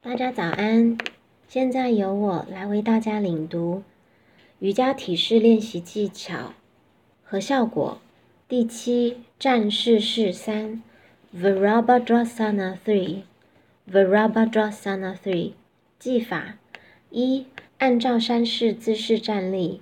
大家早安，现在由我来为大家领读瑜伽体式练习技巧和效果第7战士式3 Virabhadrasana 3 技法1按照山式姿势站立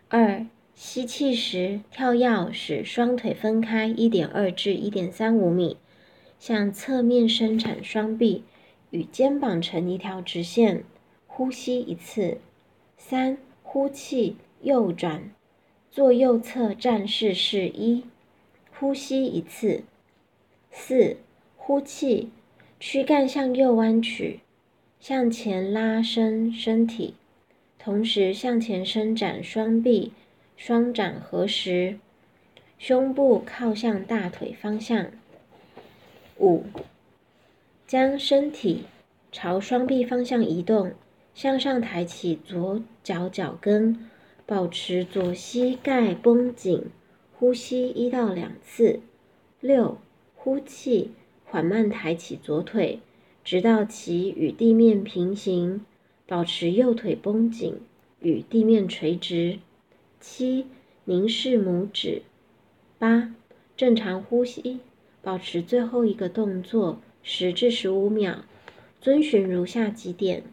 2吸气时跳跃使双腿分开 1.2 至 1.35 米，向侧面伸展双臂与肩膀成一条直线，呼吸一次。3呼气右转，做右侧战士式1，呼吸一次。4呼气，躯干向右弯曲，向前拉伸身体，同时向前伸展双臂，双掌合十，胸部靠向大腿方向。5将身体朝双臂方向移动，向上抬起左脚脚跟，保持左膝盖绷紧，呼吸1到2次。6呼气，缓慢抬起左腿，直到其与地面平行，保持右腿绷紧，与地面垂直。7凝视拇指。8正常呼吸，保持最后一个动作10至15秒，遵循如下几点：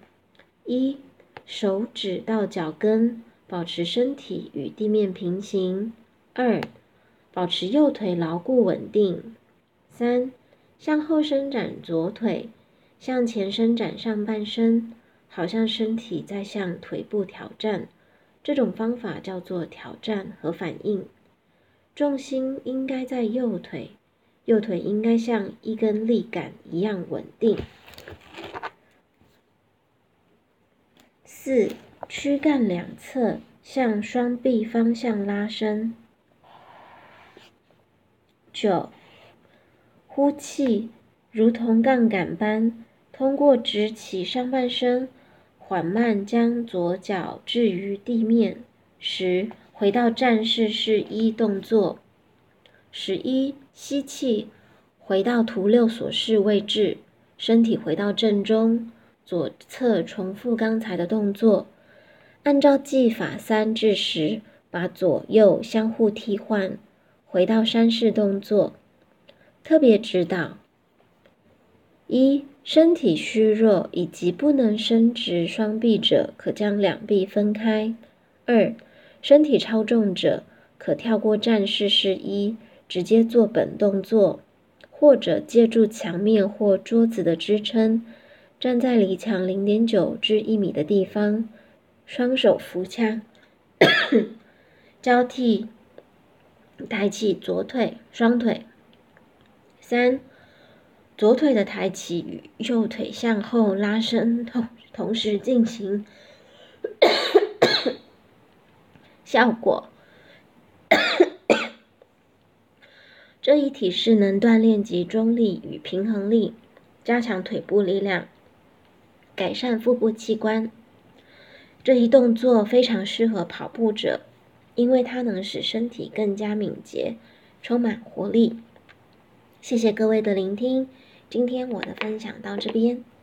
1手指到脚跟，保持身体与地面平行。2保持右腿牢固稳定。3向后伸展左腿，向前伸展上半身，好像身体在向腿部挑战。这种方法叫做挑战和反应。重心应该在右腿，右腿应该像一根立杆一样稳定。4躯干两侧向双臂方向拉伸。9呼气，如同杠杆般，通过直起上半身，缓慢将左脚置于地面。10回到战士式1动作。11吸气，回到图6所示位置，身体回到正中，左侧重复刚才的动作。按照技法3至10，把左右相互替换，回到山式动作。特别指导：1身体虚弱以及不能伸直双臂者，可将两臂分开。2身体超重者，可跳过战士式1，直接做本动作，或者借助墙面或桌子的支撑，站在离墙 0.9 至1米的地方，双手扶墙，交替抬起左腿、双腿。3左腿的抬起与右腿向后拉伸同时进行。效果这一体式能锻炼集中力与平衡力，加强腿部力量，改善腹部器官。这一动作非常适合跑步者，因为它能使身体更加敏捷，充满活力。谢谢各位的聆听，今天我的分享到这边。